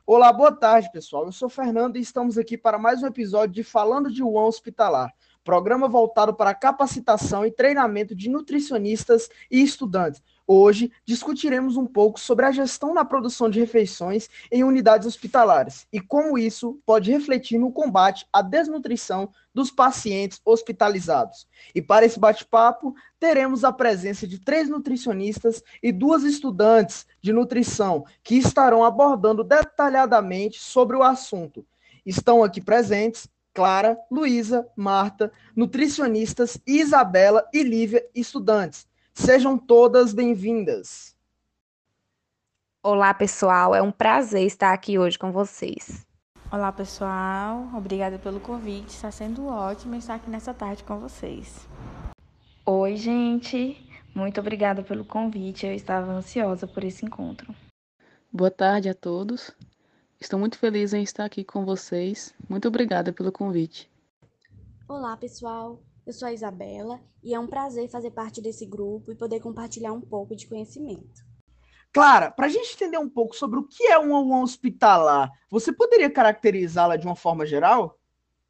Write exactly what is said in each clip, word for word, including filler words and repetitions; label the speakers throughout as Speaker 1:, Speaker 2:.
Speaker 1: Olá, boa tarde, pessoal. Eu sou Fernando e estamos aqui para mais um episódio de Falando de U A N Hospitalar, programa voltado para a capacitação e treinamento de nutricionistas e estudantes. Hoje discutiremos um pouco sobre a gestão na produção de refeições em unidades hospitalares e como isso pode refletir no combate à desnutrição dos pacientes hospitalizados. E para esse bate-papo, teremos a presença de três nutricionistas e duas estudantes de nutrição que estarão abordando detalhadamente sobre o assunto. Estão aqui presentes Clara, Luísa, Marta, nutricionistas, Isabela e Lívia, estudantes. Sejam todas bem-vindas.
Speaker 2: Olá, pessoal. É um prazer estar aqui hoje com vocês.
Speaker 3: Olá, pessoal. Obrigada pelo convite. Está sendo ótimo estar aqui nessa tarde com vocês.
Speaker 4: Oi, gente. Muito obrigada pelo convite. Eu estava ansiosa por esse encontro.
Speaker 5: Boa tarde a todos. Estou muito feliz em estar aqui com vocês. Muito obrigada pelo convite.
Speaker 6: Olá, pessoal. Eu sou a Isabela e é um prazer fazer parte desse grupo e poder compartilhar um pouco de conhecimento.
Speaker 1: Clara, para a gente entender um pouco sobre o que é uma U A N hospitalar, você poderia caracterizá-la de uma forma geral?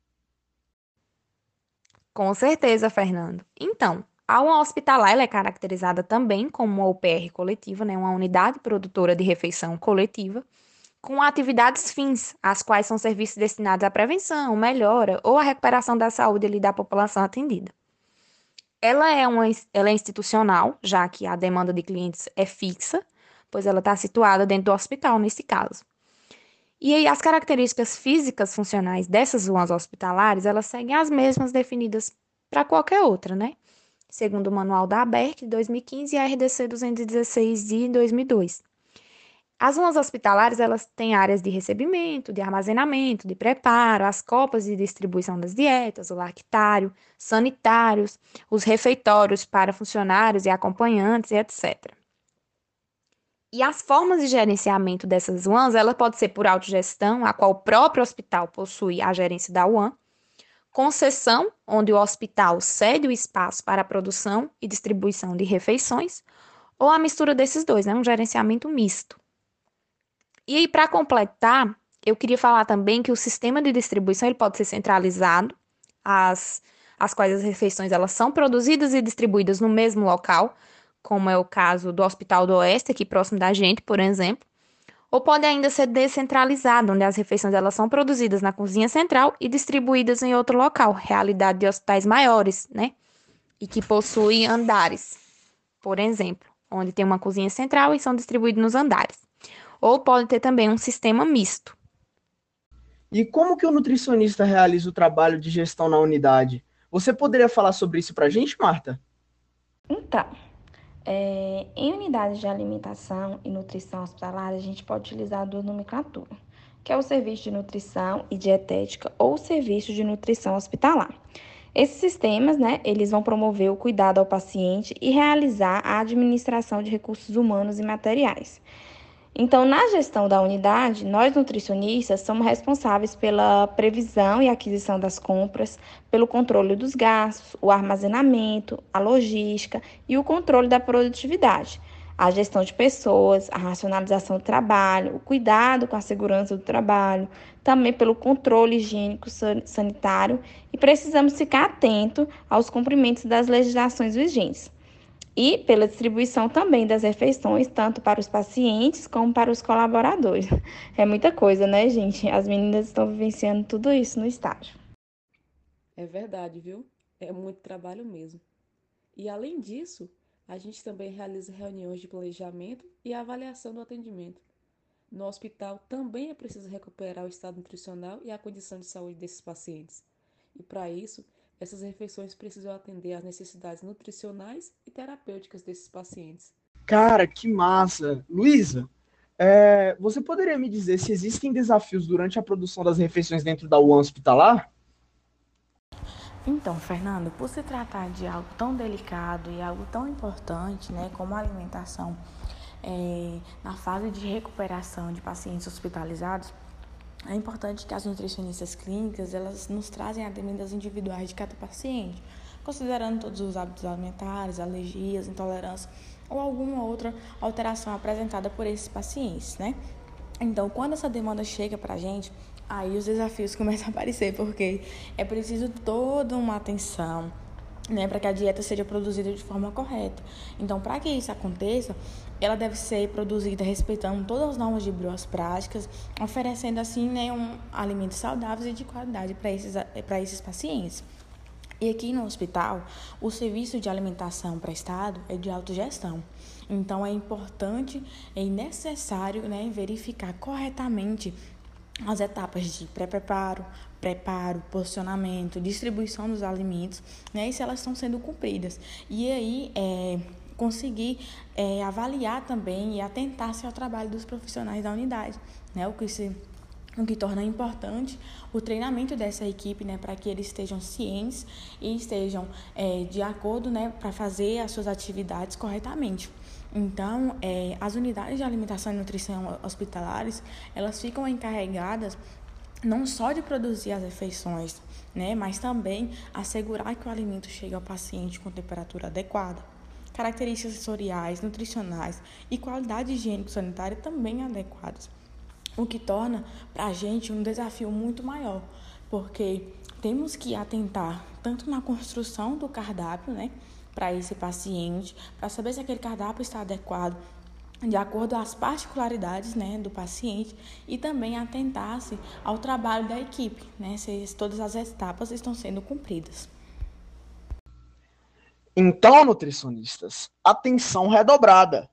Speaker 2: Com certeza, Fernando. Então, a U A N hospitalar ela é caracterizada também como uma U P R coletiva, né, uma unidade produtora de refeição coletiva, com atividades fins, as quais são serviços destinados à prevenção, melhora ou à recuperação da saúde ali da população atendida. Ela é, uma, ela é institucional, já que a demanda de clientes é fixa, pois ela está situada dentro do hospital, nesse caso. E aí, as características físicas funcionais dessas U A Ns hospitalares, elas seguem as mesmas definidas para qualquer outra, né? Segundo o Manual da ABERC, de dois mil e quinze, e a R D C duzentos e dezesseis, de dois mil e dois. As U A Ns hospitalares, elas têm áreas de recebimento, de armazenamento, de preparo, as copas de distribuição das dietas, o lactário, sanitários, os refeitórios para funcionários e acompanhantes, e etcétera. E as formas de gerenciamento dessas U A Ns, ela pode ser por autogestão, a qual o próprio hospital possui a gerência da U A N, concessão, onde o hospital cede o espaço para a produção e distribuição de refeições, ou a mistura desses dois, né? Um gerenciamento misto. E aí, para completar, eu queria falar também que o sistema de distribuição ele pode ser centralizado, as, as quais as refeições elas são produzidas e distribuídas no mesmo local, como é o caso do Hospital do Oeste, aqui próximo da gente, por exemplo, ou pode ainda ser descentralizado, onde as refeições elas são produzidas na cozinha central e distribuídas em outro local, realidade de hospitais maiores, né? E que possuem andares, por exemplo, onde tem uma cozinha central e são distribuídos nos andares. Ou pode ter também um sistema misto.
Speaker 1: E como que o nutricionista realiza o trabalho de gestão na unidade? Você poderia falar sobre isso para a gente, Marta?
Speaker 4: Então, é, em unidades de alimentação e nutrição hospitalar, a gente pode utilizar duas nomenclaturas, que é o serviço de nutrição e dietética ou o serviço de nutrição hospitalar. Esses sistemas, né, eles vão promover o cuidado ao paciente e realizar a administração de recursos humanos e materiais. Então, na gestão da unidade, nós nutricionistas somos responsáveis pela previsão e aquisição das compras, pelo controle dos gastos, o armazenamento, a logística e o controle da produtividade, a gestão de pessoas, a racionalização do trabalho, o cuidado com a segurança do trabalho, também pelo controle higiênico sanitário e precisamos ficar atento aos cumprimentos das legislações vigentes. E pela distribuição também das refeições, tanto para os pacientes como para os colaboradores. É muita coisa, né, gente? As meninas estão vivenciando tudo isso no estágio.
Speaker 5: É verdade, viu? É muito trabalho mesmo. E além disso, a gente também realiza reuniões de planejamento e avaliação do atendimento. No hospital também é preciso recuperar o estado nutricional e a condição de saúde desses pacientes. E para isso, essas refeições precisam atender às necessidades nutricionais e terapêuticas desses pacientes.
Speaker 1: Cara, que massa! Luísa, é, você poderia me dizer se existem desafios durante a produção das refeições dentro da U A N hospitalar?
Speaker 3: Então, Fernando, por se tratar de algo tão delicado e algo tão importante, né, como a alimentação, é, na fase de recuperação de pacientes hospitalizados, é importante que as nutricionistas clínicas elas nos trazem as demandas individuais de cada paciente, considerando todos os hábitos alimentares, alergias, intolerância ou alguma outra alteração apresentada por esses pacientes, né? Então, quando essa demanda chega para a gente, aí os desafios começam a aparecer, porque é preciso toda uma atenção, né, para que a dieta seja produzida de forma correta. Então, para que isso aconteça, ela deve ser produzida respeitando todas as normas de boas práticas, oferecendo assim, né, um alimentos saudáveis e de qualidade para esses, para esses pacientes. E aqui no hospital, o serviço de alimentação prestado é de autogestão. Então, é importante e necessário, né, verificar corretamente as etapas de pré-preparo, preparo, posicionamento, distribuição dos alimentos, né, e se elas estão sendo cumpridas. E aí, é, conseguir é, avaliar também e atentar-se ao trabalho dos profissionais da unidade, né, o que se o que torna importante o treinamento dessa equipe, né, para que eles estejam cientes e estejam é, de acordo, né, para fazer as suas atividades corretamente. Então, é, as unidades de alimentação e nutrição hospitalares, elas ficam encarregadas não só de produzir as refeições, né, mas também assegurar que o alimento chegue ao paciente com temperatura adequada, características sensoriais, nutricionais e qualidade higiênico-sanitária também adequadas. O que torna para a gente um desafio muito maior, porque temos que atentar tanto na construção do cardápio, né, para esse paciente, para saber se aquele cardápio está adequado de acordo às particularidades, né, do paciente, e também atentar-se ao trabalho da equipe, né, se todas as etapas estão sendo cumpridas.
Speaker 1: Então, nutricionistas, atenção redobrada.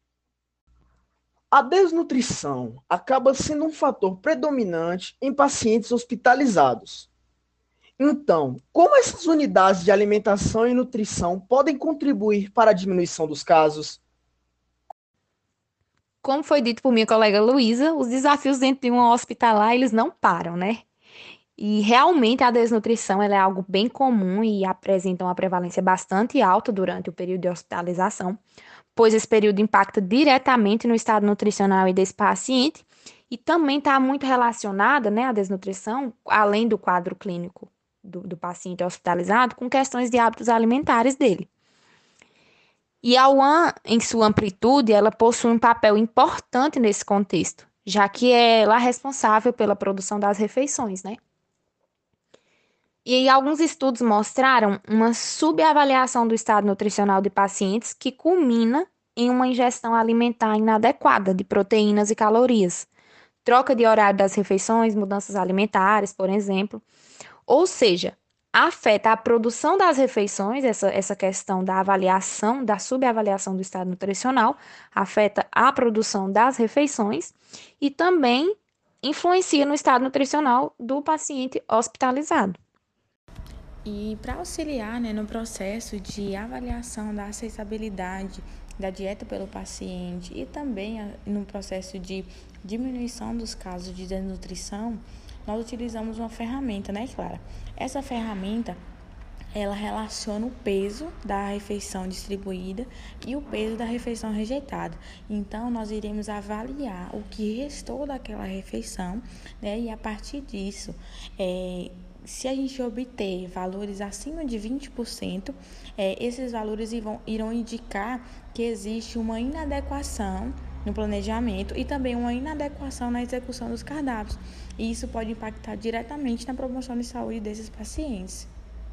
Speaker 1: A desnutrição acaba sendo um fator predominante em pacientes hospitalizados. Então, como essas unidades de alimentação e nutrição podem contribuir para a diminuição dos casos?
Speaker 2: Como foi dito por minha colega Luísa, os desafios dentro de uma hospitalar, eles não param, né? E realmente a desnutrição ela é algo bem comum e apresenta uma prevalência bastante alta durante o período de hospitalização, pois esse período impacta diretamente no estado nutricional desse paciente e também está muito relacionada, né, a desnutrição, além do quadro clínico do, do paciente hospitalizado, com questões de hábitos alimentares dele. E a U A N, em sua amplitude, ela possui um papel importante nesse contexto, já que é ela responsável pela produção das refeições, né? E aí, alguns estudos mostraram uma subavaliação do estado nutricional de pacientes que culmina em uma ingestão alimentar inadequada de proteínas e calorias, troca de horário das refeições, mudanças alimentares, por exemplo. Ou seja, afeta a produção das refeições, essa, essa questão da avaliação, da subavaliação do estado nutricional, afeta a produção das refeições e também influencia no estado nutricional do paciente hospitalizado.
Speaker 3: E para auxiliar, né, no processo de avaliação da aceitabilidade da dieta pelo paciente e também no processo de diminuição dos casos de desnutrição, nós utilizamos uma ferramenta, né, Clara? Essa ferramenta, ela relaciona o peso da refeição distribuída e o peso da refeição rejeitada. Então, nós iremos avaliar o que restou daquela refeição, né, e a partir disso, é, se a gente obter valores acima de vinte por cento, é, esses valores irão, irão indicar que existe uma inadequação no planejamento e também uma inadequação na execução dos cardápios. E isso pode impactar diretamente na promoção de saúde desses pacientes.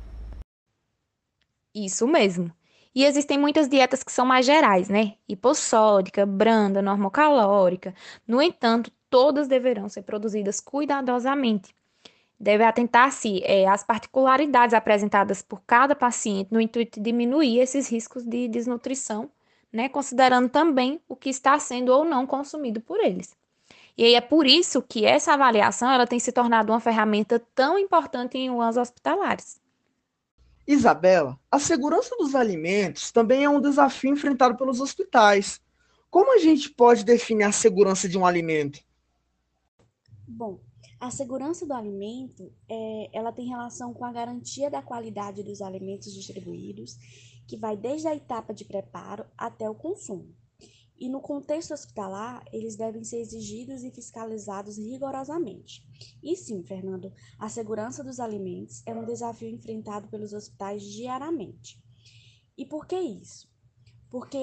Speaker 2: Isso mesmo. E existem muitas dietas que são mais gerais, né? Hipossódica, branda, normocalórica. No entanto, todas deverão ser produzidas cuidadosamente. Deve atentar-se é, às particularidades apresentadas por cada paciente no intuito de diminuir esses riscos de desnutrição, né, considerando também o que está sendo ou não consumido por eles. E aí é por isso que essa avaliação ela tem se tornado uma ferramenta tão importante em U A Ns hospitalares.
Speaker 1: Isabela, a segurança dos alimentos também é um desafio enfrentado pelos hospitais. Como a gente pode definir a segurança de um alimento?
Speaker 6: Bom, a segurança do alimento, é, ela tem relação com a garantia da qualidade dos alimentos distribuídos, que vai desde a etapa de preparo até o consumo. E no contexto hospitalar, eles devem ser exigidos e fiscalizados rigorosamente. E sim, Fernando, a segurança dos alimentos é um desafio enfrentado pelos hospitais diariamente. E por que isso? Porque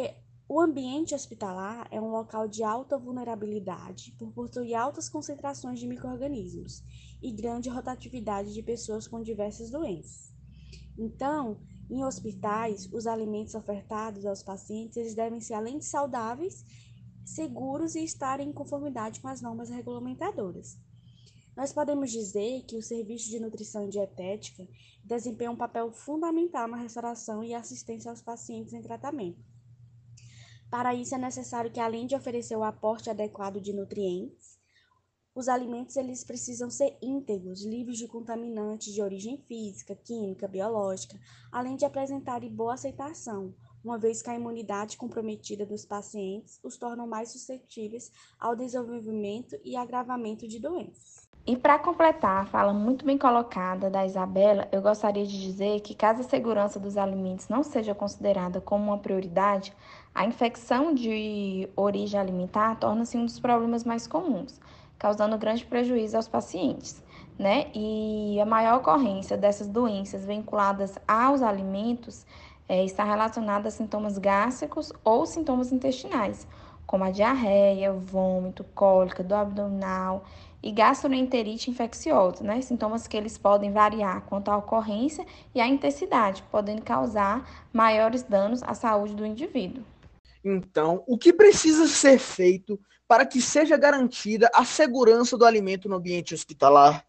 Speaker 6: O ambiente hospitalar é um local de alta vulnerabilidade por possuir altas concentrações de micro-organismos e grande rotatividade de pessoas com diversas doenças. Então, em hospitais, os alimentos ofertados aos pacientes eles devem ser, além de saudáveis, seguros e estarem em conformidade com as normas regulamentadoras. Nós podemos dizer que o Serviço de Nutrição e Dietética desempenha um papel fundamental na restauração e assistência aos pacientes em tratamento. Para isso, é necessário que, além de oferecer o aporte adequado de nutrientes, os alimentos eles precisam ser íntegros, livres de contaminantes de origem física, química, biológica, além de apresentarem boa aceitação, uma vez que a imunidade comprometida dos pacientes os tornam mais suscetíveis ao desenvolvimento e agravamento de doenças.
Speaker 4: E para completar a fala muito bem colocada da Isabela, eu gostaria de dizer que caso a segurança dos alimentos não seja considerada como uma prioridade, a infecção de origem alimentar torna-se um dos problemas mais comuns, causando grande prejuízo aos pacientes, né? E a maior ocorrência dessas doenças vinculadas aos alimentos é, está relacionada a sintomas gástricos ou sintomas intestinais, como a diarreia, vômito, cólica do abdominal e gastroenterite infecciosa, né? Sintomas que eles podem variar quanto à ocorrência e à intensidade, podendo causar maiores danos à saúde do indivíduo.
Speaker 1: Então, o que precisa ser feito para que seja garantida a segurança do alimento no ambiente hospitalar?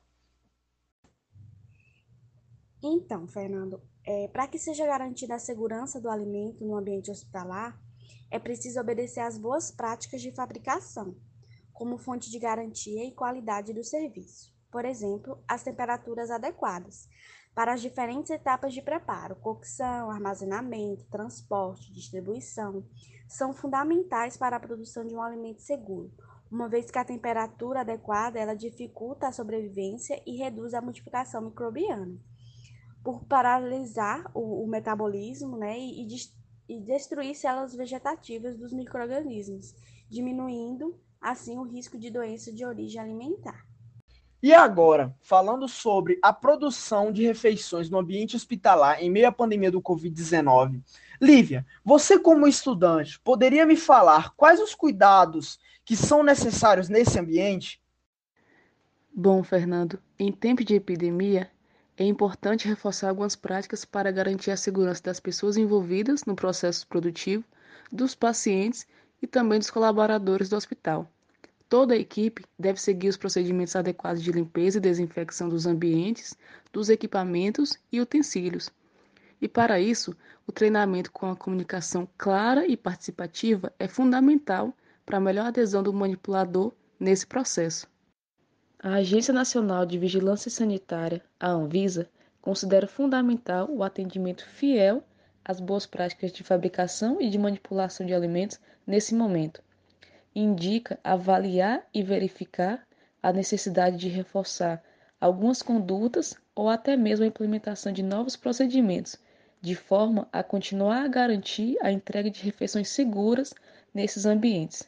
Speaker 6: Então, Fernando, é, para que seja garantida a segurança do alimento no ambiente hospitalar, é preciso obedecer às boas práticas de fabricação, como fonte de garantia e qualidade do serviço. Por exemplo, as temperaturas adequadas para as diferentes etapas de preparo, cocção, armazenamento, transporte, distribuição, são fundamentais para a produção de um alimento seguro, uma vez que a temperatura adequada ela dificulta a sobrevivência e reduz a multiplicação microbiana, por paralisar o, o metabolismo, né, e, e destruir células vegetativas dos micro-organismos, diminuindo assim o risco de doença de origem alimentar.
Speaker 1: E agora, falando sobre a produção de refeições no ambiente hospitalar em meio à pandemia do covid dezenove. Lívia, você como estudante, poderia me falar quais os cuidados que são necessários nesse ambiente?
Speaker 5: Bom, Fernando, em tempo de epidemia, é importante reforçar algumas práticas para garantir a segurança das pessoas envolvidas no processo produtivo, dos pacientes e também dos colaboradores do hospital. Toda a equipe deve seguir os procedimentos adequados de limpeza e desinfecção dos ambientes, dos equipamentos e utensílios. E para isso, o treinamento com a comunicação clara e participativa é fundamental para a melhor adesão do manipulador nesse processo. A Agência Nacional de Vigilância Sanitária, a Anvisa, considera fundamental o atendimento fiel às boas práticas de fabricação e de manipulação de alimentos nesse momento. Indica avaliar e verificar a necessidade de reforçar algumas condutas ou até mesmo a implementação de novos procedimentos, de forma a continuar a garantir a entrega de refeições seguras nesses ambientes.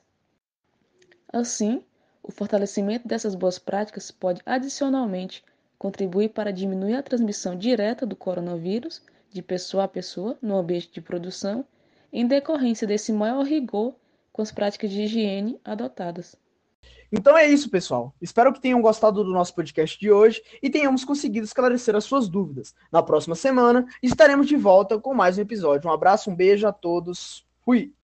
Speaker 5: Assim, o fortalecimento dessas boas práticas pode adicionalmente contribuir para diminuir a transmissão direta do coronavírus de pessoa a pessoa no ambiente de produção, em decorrência desse maior rigor com as práticas de higiene adotadas.
Speaker 1: Então é isso, pessoal. Espero que tenham gostado do nosso podcast de hoje e tenhamos conseguido esclarecer as suas dúvidas. Na próxima semana estaremos de volta com mais um episódio. Um abraço, um beijo a todos. Fui!